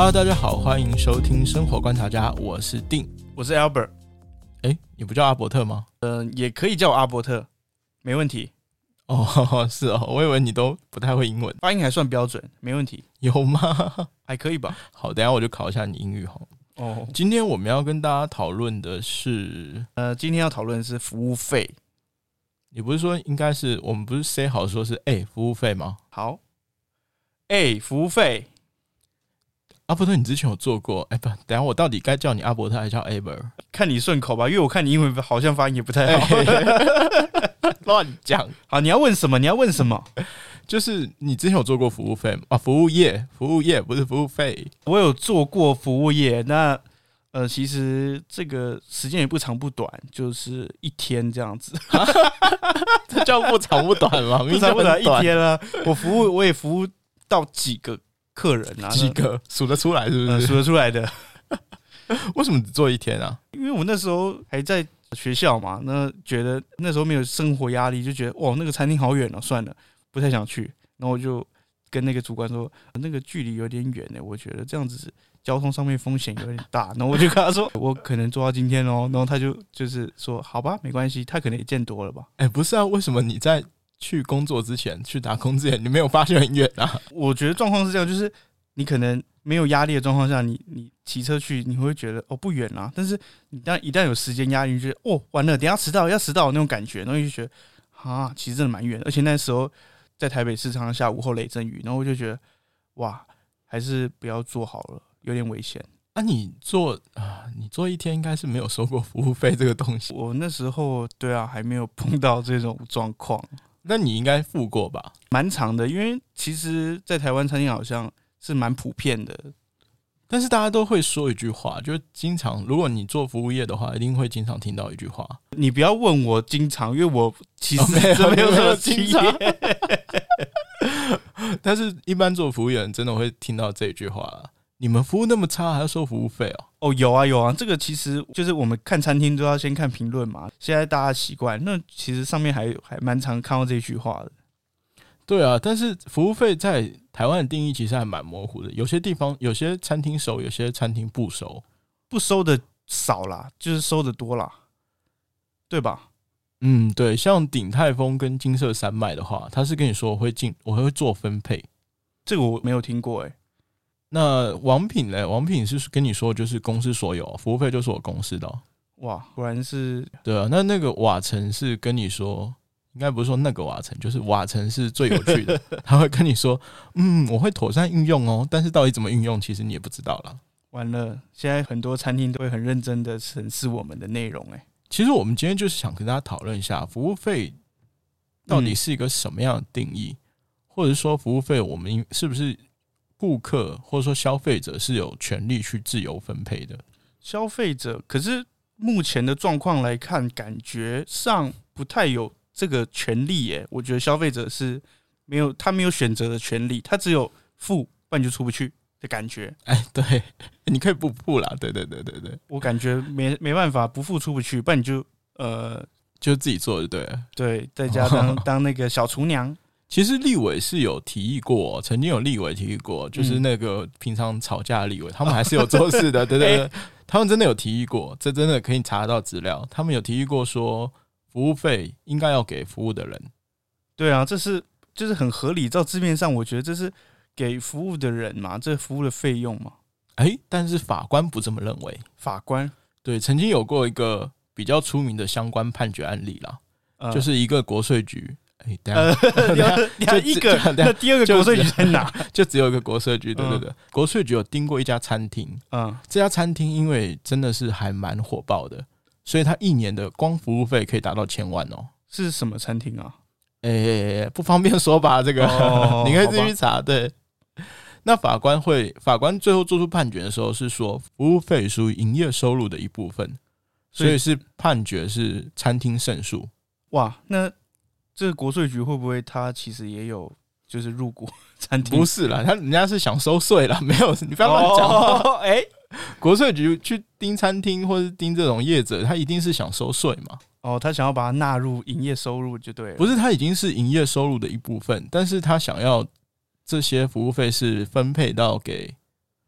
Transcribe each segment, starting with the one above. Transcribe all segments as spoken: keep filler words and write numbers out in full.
Hello， 大家好，欢迎收听生活观察家，我是丁， 我是 Albert。 哎，你不叫阿伯特吗？ 嗯、呃，也可以叫我阿伯特，没问题。 哦，是哦，我以为你都不太会英文， 发音还算标准，没问题。 有吗？ 还可以吧。 好，等一下我就考一下你英语哈。 哦， 今天我们要跟大家讨论的是， 呃，今天要讨论的是服务费。 你不是说应该是我们不是 say 好说是哎、欸、服务费吗？ 好，哎、欸，服务费。 阿伯特，你之前有做过？哎、欸，不，等一下我到底该叫你阿伯特还是叫 Aber？ 看你顺口吧，因为我看你英文好像发音也不太好。 乱讲。 好，你要问什么？你要问什么？ 就是你之前有做过服务费吗？啊，服务业，服务业不是服务费。 我有做过服务业，那呃，其实这个时间也不长不短，就是一天这样子。 这叫不长不短吗？ 不长不短，一天啊。我服务，我也服务到几个客人啊， 几个数得出来是不是？ 数、呃、得出来的。 为什么只做一天啊？ 因为我那时候还在学校嘛，那觉得那时候没有生活压力，就觉得哇，那个餐厅好远哦，算了，不太想去。然后我就跟那个主管说，那个距离有点远呢，我觉得这样子交通上面风险有点大。然后我就跟他说，我可能做到今天哦。然后他就就是说，好吧，没关系，他可能也见多了吧。 哎、欸，不是啊，为什么你在去工作之前，去打工之前，你没有发现很远啊？ 我觉得状况是这样，就是你可能没有压力的状况下，你你骑车去，你会觉得哦不远啊。但是你当一旦有时间压力，你就觉得哦完了，等一下迟到要迟到那种感觉，然后就觉得啊，其实真的蛮远。而且那时候在台北市常常下午后雷阵雨，然后我就觉得哇，还是不要做好了，有点危险。 啊，你做啊，你做一天应该是没有收过服务费这个东西。 我那时候对啊，还没有碰到这种状况。 那你应该付过吧？ 蛮长的，因为其实，在台湾餐厅好像是蛮普遍的。 但是大家都会说一句话，就经常，如果你做服务业的话，一定会经常听到一句话。 你不要问我经常，因为我其实真没有什么经验。 但是，一般做服务业人真的会听到这句话啦。你们服务那么差，还要收服务费哦？ 哦，有啊有啊，这个其实就是我们看餐厅都要先看评论嘛。现在大家习惯，那其实上面还还蛮常看到这句话的。 对啊，但是服务费在台湾的定义其实还蛮模糊的，有些地方有些餐厅收，有些餐厅不收， 不收的少啦，就是收的多啦，对吧？ 嗯，对，像鼎泰丰跟金色山脉的话，他是跟你说我会进，我会做分配， 这个我没有听过哎、欸。 那王品呢？王品是跟你说就是公司所有，服务费就是我公司的、哦。 哇，果然是对啊。那那个瓦城是跟你说，应该不是说那个瓦城，就是瓦城是最有趣的。他会跟你说，嗯，我会妥善运用哦，但是到底怎么运用，其实你也不知道啦。 完了，现在很多餐厅都会很认真的审视我们的内容哎、欸。 其实我们今天就是想跟大家讨论一下，服务费到底是一个什么样的定义，嗯、或者说服务费我们是不是顾客或者说消费者是有权利去自由分配的？ 消费者可是目前的状况来看，感觉上不太有这个权利耶。我觉得消费者是没有，他没有选择的权利，他只有付，不然就出不去的感觉。 哎，对，你可以不付啦，对对对对对。 我感觉没没办法，不付出不去，不然你就呃， 就自己做就对了。 对，在家当当那个小厨娘。 其实立委是有提议过，曾经有立委提议过，就是那个平常吵架的立委，他们还是有做事的，对对对，他们真的有提议过，这真的可以查得到资料。他们有提议过说，服务费应该要给服务的人。 对啊，这是就是很合理，照字面上，我觉得这是给服务的人嘛，这服务的费用嘛。 哎、欸，但是法官不这么认为。 法官对，曾经有过一个比较出名的相关判决案例啦，呃、就是一个国税局。欸、等一下， 呃、等一下一个，那第二个国税局在哪？ 就只有一个国税局，对对对，嗯、国税局有盯过一家餐厅，嗯，这家餐厅因为真的是还蛮火爆的，所以他一年的光服务费可以达到千万哦。 是什么餐厅啊？ 诶、欸，不方便说吧，这个、哦、你可以自己去查。对，那法官会，法官最后做出判决的时候是说，服务费属于营业收入的一部分，所以是判决是餐厅胜诉。 哇，那。这个国税局会不会他其实也有就是入股餐厅？ 不是啦，他人家是想收税啦，没有，你不要乱讲话。哎、哦，国税局去盯餐厅或是盯这种业者，他一定是想收税嘛。 哦，他想要把它纳入营业收入就对了。 不是，他已经是营业收入的一部分，但是他想要这些服务费是分配到给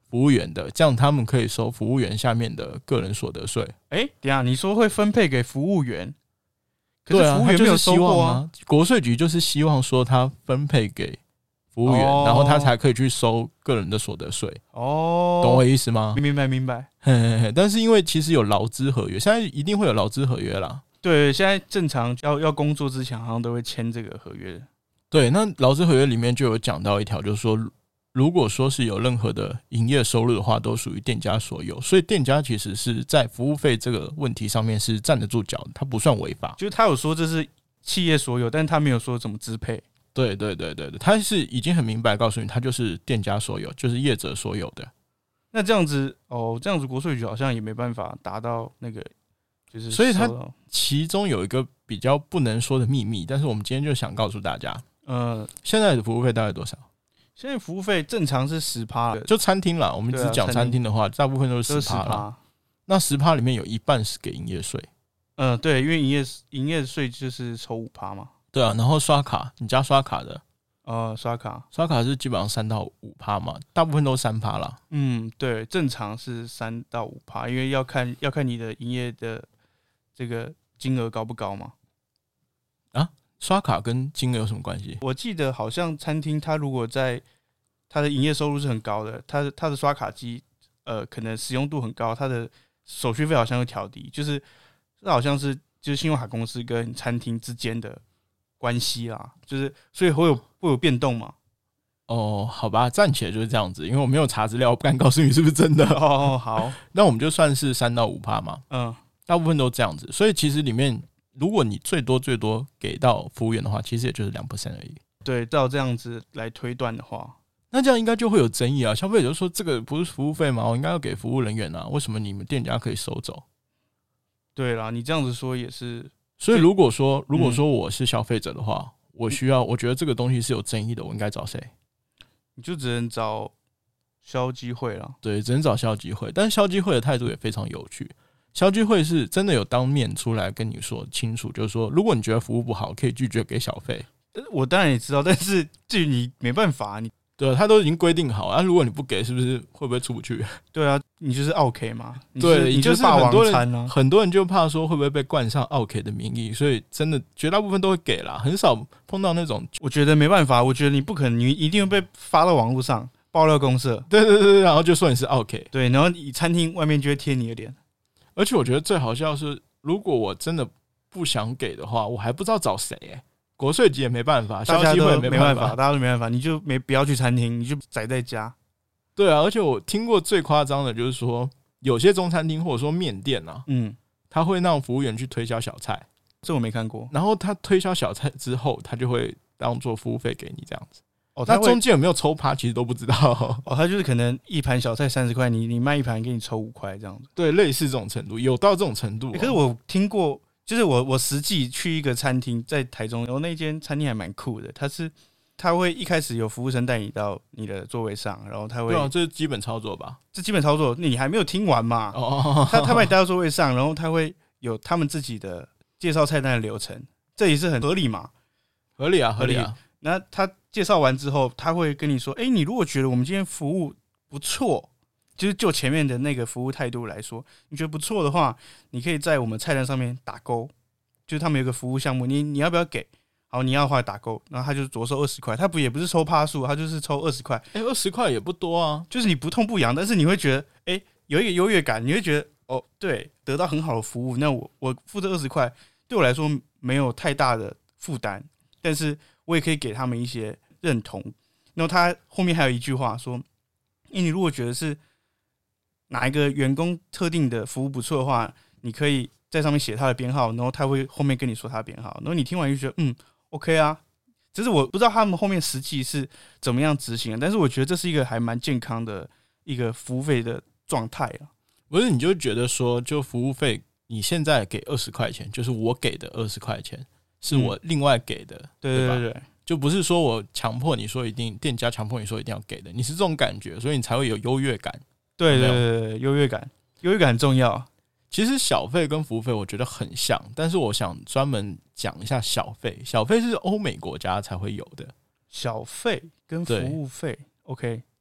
服务员的，这样他们可以收服务员下面的个人所得税。 哎、欸，等一下你说会分配给服务员，可是服务员没有收过啊。 啊国税局就是希望说他分配给服务员，哦、然后他才可以去收个人的所得税。哦，懂我意思吗？ 明白明白。 嘿嘿嘿，但是因为其实有劳资合约，现在一定会有劳资合约啦。 对，现在正常要要工作之前，好像都会签这个合约。 对，那劳资合约里面就有讲到一条，就是说，如果说是有任何的营业收入的话，都属于店家所有，所以店家其实是在服务费这个问题上面是站得住脚的，他不算违法。 就是他有说这是企业所有，但他没有说怎么支配。 对对对对对，他是已经很明白告诉你，他就是店家所有，就是业者所有的。 那这样子哦，这样子国税局好像也没办法达到那个，就是所以他其中有一个比较不能说的秘密，但是我们今天就想告诉大家，呃，现在的服务费大概多少？ 现在服务费正常是百分之十，就餐厅啦。我们只讲餐厅的话，大部分都是百分之十啦。那百分之十里面有一半是给营业税。 嗯、呃，对，因为营业营业税就是抽百分之五嘛。 对啊，然后刷卡，你家刷卡的， 呃，刷卡， 刷卡是基本上三到五趴嘛，大部分都是三趴啦。 嗯，对，正常是三到五趴，因为要看要看你的营业的这个金额高不高嘛。 啊？刷卡跟金额有什么关系？ 我记得好像餐厅它如果在它的营业收入是很高的，它的它的刷卡机呃可能使用度很高，它的手续费好像会调低，就是这好像是就是信用卡公司跟餐厅之间的关系啦，就是所以会有会有变动嘛。 哦，好吧，暂且就是这样子，因为我没有查资料，我不敢告诉你是不是真的。 哦，好， 那我们就算是三到五趴嘛，嗯，大部分都这样子，所以其实里面。如果你最多最多给到服务员的话，其实也就是 百分之二 而已。 对，照这样子来推断的话， 那这样应该就会有争议啊。消费者就说这个不是服务费吗？我应该要给服务人员啊，为什么你们店家可以收走？ 对啦，你这样子说也是。 所以如果说如果说我是消费者的话，嗯、我需要，我觉得这个东西是有争议的，我应该找谁？ 你就只能找消基会了。 对，只能找消基会，但是消基会的态度也非常有趣。消基会是真的有当面出来跟你说清楚，就是说，如果你觉得服务不好，可以拒绝给小费。 我当然也知道，但是至于你没办法，你对啊，他都已经规定好啊。如果你不给，是不是会不会出不去？ 对啊，你就是 OK 嘛。 对， 你就是霸王餐啊。 很多人就怕说会不会被冠上 OK 的名义，所以真的绝大部分都会给啦，很少碰到那种。 我觉得没办法，我觉得你不可能，你一定会被发到网络上爆料公社。 对对对，然后就说你是 OK。 对，然后你餐厅外面就会贴你的脸。 而且我觉得最好笑的是，如果我真的不想给的话，我还不知道找谁、欸。国税局也没办法，消基会也没办法， 大家都没办法，你就没不要去餐厅，你就宅在家。 对啊，而且我听过最夸张的就是说，有些中餐厅或者说面店啊，嗯，他会让服务员去推销小菜， 这我没看过。 然后他推销小菜之后，他就会当做服务费给你这样子。哦，那中间有没有抽趴，其实都不知道。 哦，他就是可能一盘小菜三十块，你你卖一盘给你抽五块这样子。 对，类似这种程度，有到这种程度、啊欸。可是我听过，就是我我实际去一个餐厅，在台中，然后那间餐厅还蛮酷的，他是他会一开始有服务生带你到你的座位上，然后他会， 对啊，这是基本操作吧？ 这基本操作，你还没有听完嘛？哦，他他把你带到座位上，然后他会有他们自己的介绍菜单的流程，这也是很合理嘛？ 合理啊，合理啊。 那他介绍完之后，他会跟你说：“哎、欸，你如果觉得我们今天服务不错，就是就前面的那个服务态度来说，你觉得不错的话，你可以在我们菜单上面打勾，就是他们有个服务项目，你你要不要给？好，你要的话打勾，然后他就着收二十块，他不也不是抽趴数，他就是抽二十块。 哎，二十块也不多啊， 就是你不痛不痒，但是你会觉得，哎、欸，有一个优越感，你会觉得，哦，对，得到很好的服务，那我我付这二十块对我来说没有太大的负担，但是我也可以给他们一些认同。然后他后面还有一句话说：“欸、你如果觉得是哪一个员工特定的服务不错的话，你可以在上面写他的编号，然后他会后面跟你说他的编号。然后你听完就觉得嗯 OK 啊。只是我不知道他们后面实际是怎么样执行的，但是我觉得这是一个还蛮健康的一个服务费的状态啊。 不是，你就觉得说，就服务费，你现在给二十块钱，就是我给的二十块钱。”是我另外给的，嗯、 对对 对, 对， 就不是说我强迫你说一定，店家强迫你说一定要给的，你是这种感觉，所以你才会有优越感。 对对对对，优越感，优越感很重要。 其实小费跟服务费我觉得很像，但是我想专门讲一下小费。小费是欧美国家才会有的， 小费跟服务费 ，OK。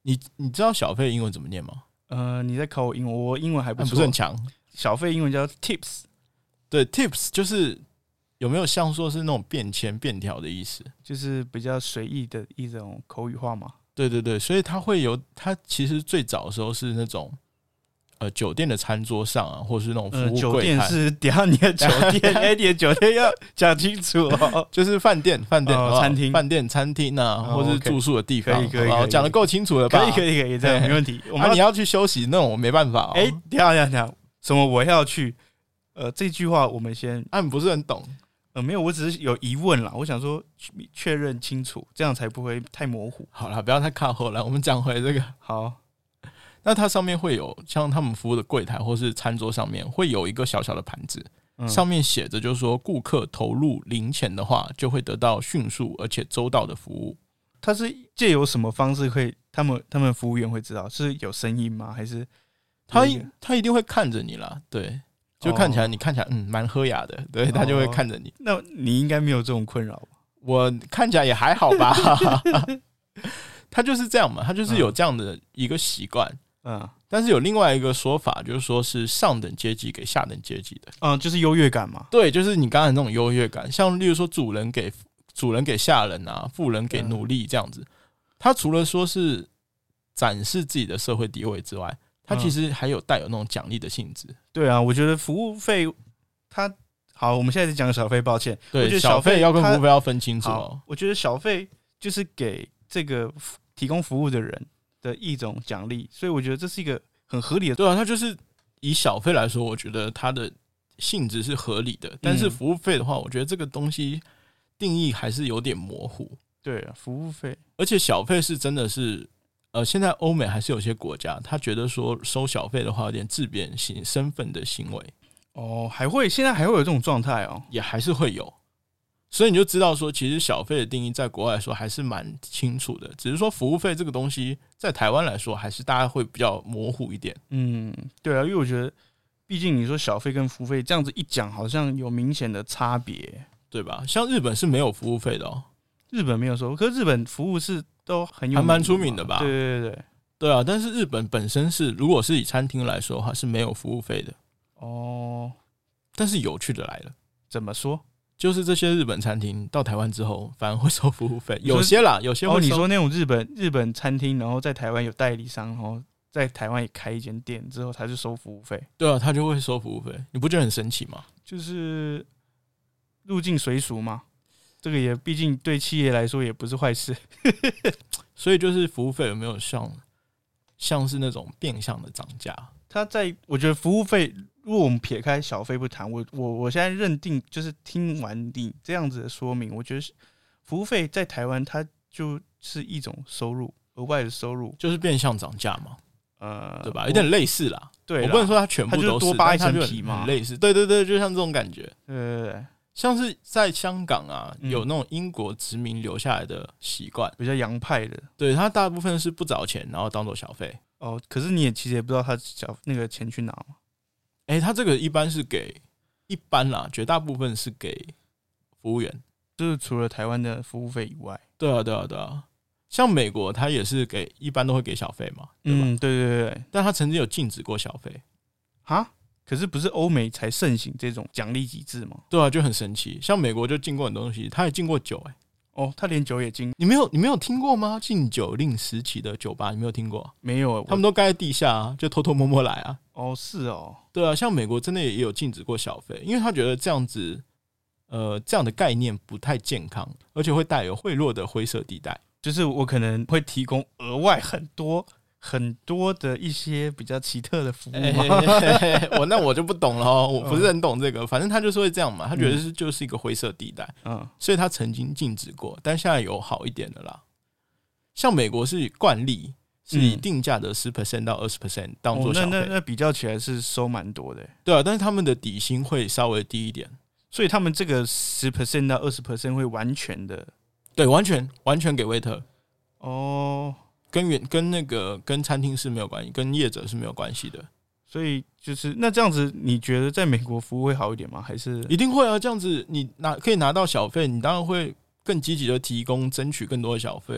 你你知道小费英文怎么念吗？ 呃，你在考我英文，我英文还不错， 不是很强。 小费英文叫 tips， 对 ，tips 就是有没有像说是那种便签便条的意思？ 就是比较随意的一种口语化嘛。 对对对，所以它会有，它其实最早的时候是那种呃酒店的餐桌上啊，或是那种服务柜台。呃、 酒店是等下你的酒店，哎、欸，你的酒店要讲清楚哦。 就是饭店、饭店、 哦、餐厅、 饭店、餐厅啊， 哦、 或是住宿的地方。 可以可以， 讲得够清楚了吧？ 可以可以可以，这样没问题。 我们、啊、你要去休息，那种我没办法、哦。 哎、欸，等下等下等下，什么我要去？呃，这句话我们先， 啊，你不是很懂。 呃，没有，我只是有疑问啦，我想说确认清楚，这样才不会太模糊。 好了，不要太靠后了，我们讲回这个。 好， 那它上面会有像他们服务的柜台或是餐桌上面会有一个小小的盘子，嗯、上面写着就是说，顾客投入零钱的话，就会得到迅速而且周到的服务。 它是借由什么方式会他们他们服务员会知道？是有声音吗？还是他他一定会看着你啦？对。就看起来，你看起来嗯蛮喝雅的，对他就会看着你、哦。 那你应该没有这种困扰吧？ 我看起来也还好吧。他就是这样嘛，他就是有这样的一个习惯。嗯，但是有另外一个说法，就是说是上等阶级给下等阶级的， 嗯，就是优越感嘛。 对，就是你刚才那种优越感，像例如说主人给主人给下人啊，富人给奴隶这样子。他除了说是展示自己的社会地位之外，它其实还有带有那种奖励的性质、嗯。 对啊，我觉得服务费，它好，我们现在讲小费，抱歉， 对， 我觉得小费要跟服务费要分清楚哦。 我觉得小费就是给这个提供服务的人的一种奖励，所以我觉得这是一个很合理的。 对啊，它就是以小费来说，我觉得它的性质是合理的，但是服务费的话，我觉得这个东西定义还是有点模糊。 对啊，服务费， 而且小费是真的是。呃，现在欧美还是有些国家，他觉得说收小费的话有点自贬型身份的行为。 哦，还会现在还会有这种状态哦， 也还是会有。所以你就知道说，其实小费的定义在国外来说还是蛮清楚的，只是说服务费这个东西在台湾来说，还是大家会比较模糊一点。 嗯，对啊，因为我觉得，毕竟你说小费跟服务费这样子一讲，好像有明显的差别， 对吧？像日本是没有服务费的哦， 日本没有收，可是日本服务是。都很有还蛮出名的吧？ 对对对对， 对啊！但是日本本身是，如果是以餐厅来说的话，是没有服务费的哦。但是有趣的来了， 怎么说？ 就是这些日本餐厅到台湾之后，反而会收服务费，有些啦，有些会收。 哦，你说那种日本日本餐厅，然后在台湾有代理商，然后在台湾也开一间店之后，他就收服务费。 对啊，他就会收服务费，你不觉得很神奇吗？ 就是入境随俗嘛。这个也毕竟对企业来说也不是坏事， 所以就是服务费有没有像像是那种变相的涨价？ 它在我觉得服务费，如果我们撇开小费不谈，我我我现在认定就是听完你这样子的说明，我觉得服务费在台湾它就是一种收入，额外的收入， 就是变相涨价嘛，呃，对吧？有点类似啦， 对啦， 我不能说它全部都是， 它就是多扒一层皮嘛， 很类似，对对对，就像这种感觉， 对对对。 像是在香港啊，有那种英国殖民留下来的习惯， 比较洋派的。 对，他大部分是不找钱，然后当做小费。 哦，可是你也其实也不知道他小那个钱去哪嘛。 哎、欸，他这个一般是给一般啦，绝大部分是给服务员， 就是除了台湾的服务费以外。 对啊，对啊，对啊。像美国，他也是给一般都会给小费嘛，对吧？ 嗯，对对对。 但他曾经有禁止过小费哈？可是不是欧美才盛行这种奖励机制吗？ 对啊，就很神奇。像美国就禁过很多东西，他也禁过酒、欸，哎， 哦，他连酒也禁。 你没有你没有听过吗？禁酒令时期的酒吧，你没有听过？ 没有， 他们都盖在地下啊，就偷偷摸摸来啊。 哦，是哦， 对啊，像美国真的也有禁止过小费，因为他觉得这样子，呃，这样的概念不太健康，而且会带有贿赂的灰色地带。 就是我可能会提供额外很多。很多的一些比较奇特的服务嘛、 欸欸，我那我就不懂了哦，我不是很懂这个，反正他就是会这样嘛，他觉得是就是一个灰色地带，嗯，所以他曾经禁止过，但现在有好一点的啦。像美国是惯例是以定价的十 percent 到二十 percent 当做小费、 哦，那那那比较起来是收蛮多的， 对啊，但是他们的底薪会稍微低一点， 所以他们这个十 percent 到二十 percent 会完全的， 对，完全完全给 waiter 哦。 跟原跟那个跟餐厅是没有关系，跟业者是没有关系的， 所以就是那这样子，你觉得在美国服务会好一点吗？还是一定会啊？这样子你拿可以拿到小费，你当然会更积极的提供争取更多的小费啊。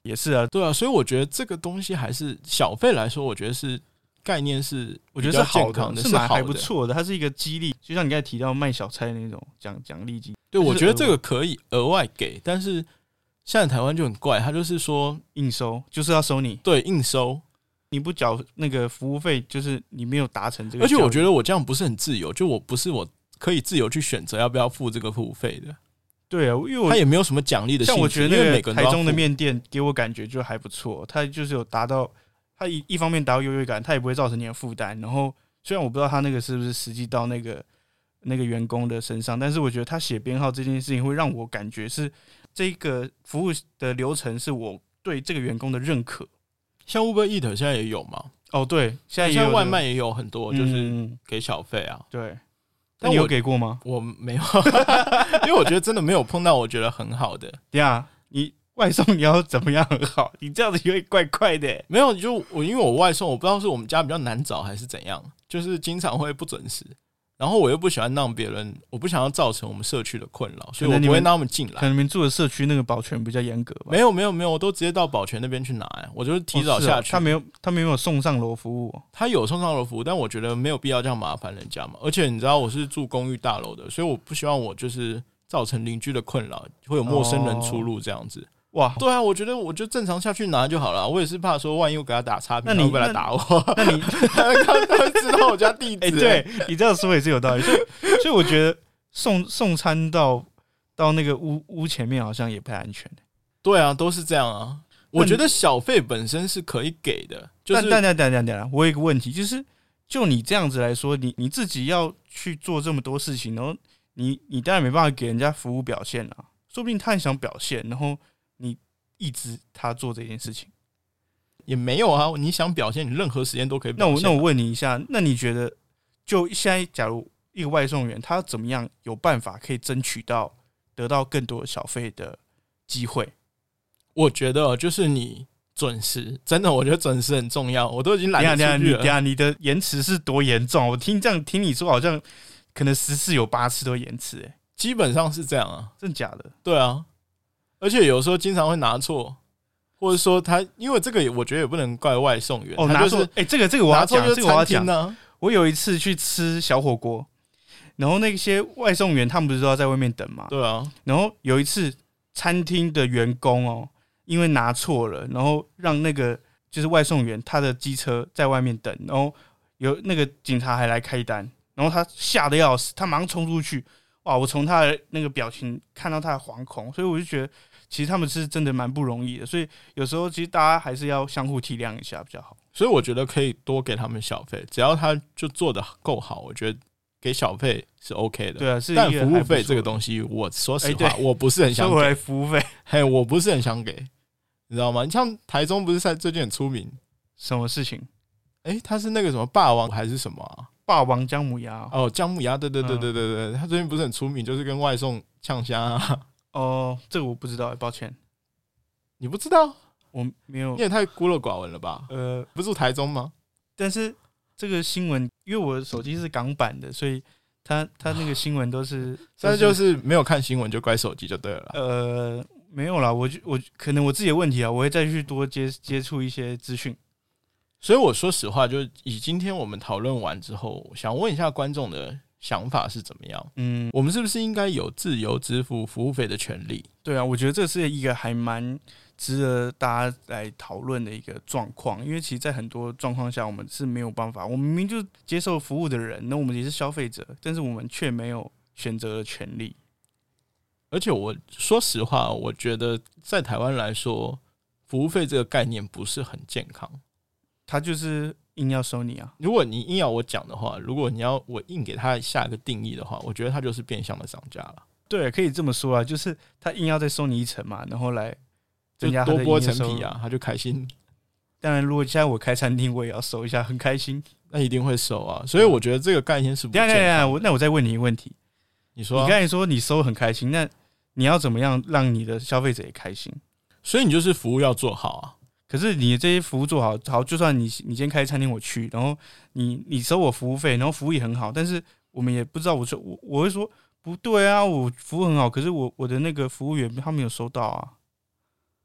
也是啊， 对啊，所以我觉得这个东西还是小费来说，我觉得是概念是我觉得是好的， 是蛮还不错的，它是一个激励，就像你刚才提到卖小菜那种奖奖励机。 对，我觉得这个可以额外给，但是现在台湾就很怪，他就是说硬收，就是要收你， 对，硬收。 你不缴那个服务费，就是你没有达成这个。 而且我觉得我这样不是很自由，就我不是我可以自由去选择要不要付这个服务费的。 对啊，因为我他也没有什么奖励的性质。 像我觉得那个台中的面店给我感觉就还不错，他就是有达到，他一一方面达到优越感，他也不会造成你的负担。然后虽然我不知道他那个是不是实际到那个那个员工的身上，但是我觉得他写编号这件事情会让我感觉是这个服务的流程是我对这个员工的认可。 像 Uber Eats 现在也有嘛？ 哦，对，现在也有、 现在外卖也有很多，就是给小费啊。 嗯、对，但你有给过吗？ 我没有，因为我觉得真的没有碰到我觉得很好的。 对啊，你外送你要怎么样很好？你这样子有点怪怪的、欸。 没有，就我因为我外送，我不知道是我们家比较难找还是怎样，就是经常会不准时。然后我又不喜欢让别人，我不想要造成我们社区的困扰，所以我不会让他们进来。 可能你们住的社区那个保全比较严格吧？ 没有没有没有，我都直接到保全那边去拿、欸，我就是提早下去。 哦啊、他没有他没有送上楼服务、哦， 他有送上楼服务，但我觉得没有必要这样麻烦人家嘛。而且你知道我是住公寓大楼的，所以我不希望我就是造成邻居的困扰，会有陌生人出入这样子。哦哇， 对啊，我觉得我就正常下去拿就好了。我也是怕说，万一我给他打差评，他会不会来打我？ 那你他会知道我家地址、欸？ 哎、欸，对你这样说也是有道理。所以，所以我觉得送送餐到到那个屋屋前面好像也不太安全。 对啊，都是这样啊。我觉得小费本身是可以给的，就是但但但但但，我有一个问题，就是就你这样子来说，你你自己要去做这么多事情，然后你你当然没办法给人家服务表现啊，说不定他很想表现，然后。你抑制他做这件事情也没有啊！你想表现，你任何时间都可以表现、啊。 那我那我问你一下，那你觉得，就现在假如一个外送员，他怎么样有办法可以争取到得到更多的小费的机会？ 我觉得就是你准时，真的，我觉得准时很重要。我都已经懒得出去了。 你等下，你的延迟是多严重？我听这样听你说，好像可能十次有八次都延迟、欸，哎， 基本上是这样啊， 真的假的？ 对啊。而且有时候经常会拿错，或者说他，因为这个我觉得也不能怪外送员。 哦，拿错，哎、欸，这个这个我要讲，这个我要讲。我有一次去吃小火锅，然后那些外送员他们不是都要在外面等嘛？ 对啊。 然后有一次餐厅的员工哦，因为拿错了，然后让那个就是外送员他的机车在外面等，然后有那个警察还来开单，然后他吓得要死，他马上冲出去。哇！我从他的那个表情看到他的惶恐，所以我就觉得其实他们是真的蛮不容易的。所以有时候其实大家还是要相互体谅一下比较好。 所以我觉得可以多给他们小费，只要他就做得够好，我觉得给小费是 OK 的。 对啊，是但服务费这个东西，我说实话，欸、我不是很想给。 收回来服务费， 嘿，我不是很想给，你知道吗？你像台中不是在最近很出名什么事情？ 哎、欸，他是那个什么霸王还是什么啊？ 霸王姜母鸭哦，姜母鸭，对对对对对对，嗯、他最近不是很出名，就是跟外送呛虾、啊。 哦，这个我不知道，抱歉， 你不知道？ 我没有， 你也太孤陋寡闻了吧？呃，不是住台中吗？ 但是这个新闻，因为我的手机是港版的，所以他他那个新闻都是， 但就是没有看新闻就怪手机就对了。 呃，没有啦，我我可能我自己的问题啊，我会再去多接接触一些资讯。 所以我说实话，就以今天我们讨论完之后，想问一下观众的想法是怎么样？嗯，我们是不是应该有自由支付服务费的权利？ 对啊，我觉得这是一个还蛮值得大家来讨论的一个状况，因为其实，在很多状况下，我们是没有办法，我们明明就接受服务的人，那我们也是消费者，但是我们却没有选择的权利。 而且我说实话，我觉得在台湾来说，服务费这个概念不是很健康。 他就是硬要收你啊！ 如果你硬要我讲的话，如果你要我硬给他下一个定义的话，我觉得他就是变相的涨价了。 对，可以这么说啊，就是他硬要再收你一层嘛，然后来增加他的多剥层皮啊，他就开心。 当然，如果现在我开餐厅，我也要收一下，很开心。 那一定会收啊！所以我觉得这个概念是不健康的。 等一下，等一下，那我再问你一个问题， 你说、啊， 你刚才说你收很开心，那你要怎么样让你的消费者也开心？ 所以你就是服务要做好啊。 可是你这些服务做好，好，就算你你今天开餐厅我去，然后你你收我服务费，然后服务也很好，但是我们也不知道，我说我我会说不对啊，我服务很好，可是我我的那个服务员他没有收到啊。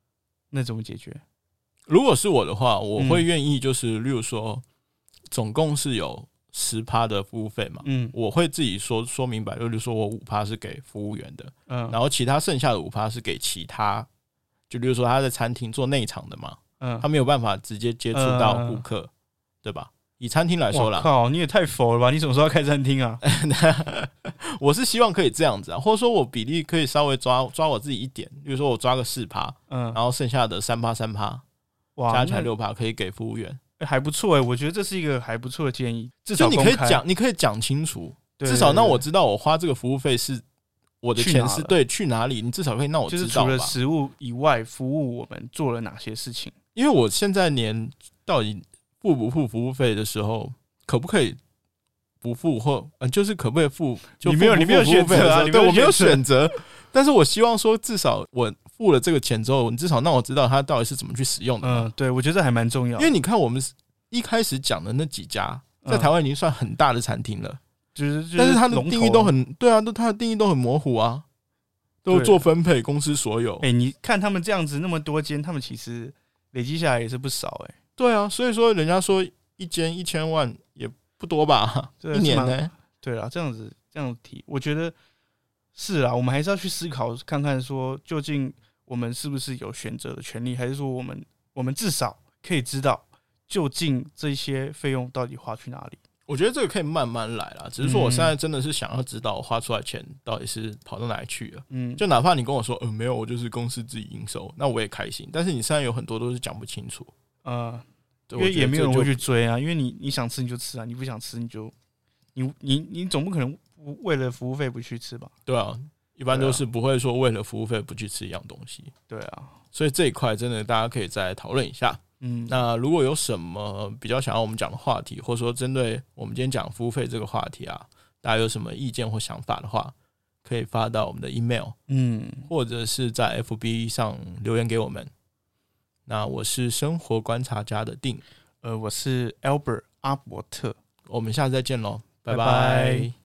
那怎么解决？ 如果是我的话，我会愿意就是，例如说，总共是有百分之十 的服务费嘛，嗯，我会自己说说明白，例如说我百分之五 是给服务员的，嗯，然后其他剩下的 百分之五 是给其他，就例如说他在餐厅做内场的嘛，嗯，他没有办法直接接触到顾客，嗯，对吧？以餐厅来说啦， 靠，你也太佛了吧！你什么时候要开餐厅啊？ 我是希望可以这样子啊，或者说我比例可以稍微抓抓我自己一点，比如说我抓个四趴，嗯，然后剩下的三趴三趴。加起来六趴可以给服务员， 欸，还不错哎，欸，我觉得这是一个还不错的建议。 至少你可以讲，你可以讲清楚，对对对，至少让我知道我花这个服务费是我的钱是对去哪里，你至少可以让我知道吧。 就是除了食物以外，服务我们做了哪些事情？ 因为我现在连到底付不付服务费的时候，可不可以不付或呃，就是可不可以付？就你没有，你没有选择啊， 对，我没有选择。但是我希望说，至少我付了这个钱之后，你至少让我知道它到底是怎么去使用的。 嗯，对，我觉得这还蛮重要的。 因为你看，我们一开始讲的那几家，在台湾已经算很大的餐厅了， 就是，就是， 但是它的定义都很对啊，都它的定义都很模糊啊，都做分配，公司所有。 哎，欸，你看他们这样子那么多间，他们其实累积下来也是不少哎，欸。 对啊，所以说人家说一间一千万也不多吧？一年呢，欸？ 对啊，这样子这样提，我觉得。是啊，我们还是要去思考看看，说究竟我们是不是有选择的权利，还是说我们我们至少可以知道，究竟这些费用到底花去哪里？ 我觉得这个可以慢慢来啦，只是说我现在真的是想要知道我花出来钱到底是跑到哪里去了。嗯，就哪怕你跟我说，呃，没有，我就是公司自己营收，那我也开心。但是你现在有很多都是讲不清楚， 呃，因为也没有人会去追啊，因为你你想吃你就吃啊，你不想吃你就你你你总不可能。为了服务费不去吃吧？ 对啊，一般都是不会说为了服务费不去吃一样东西。 对啊， 所以这一块真的大家可以再讨论一下。嗯，那如果有什么比较想要我们讲的话题，或者说针对我们今天讲服务费这个话题啊，大家有什么意见或想法的话，可以发到我们的 email， 嗯，或者是在 F B 上留言给我们。那我是生活观察家的定， 呃，我是 Albert 阿伯特， 我们下次再见喽，拜拜。 拜拜。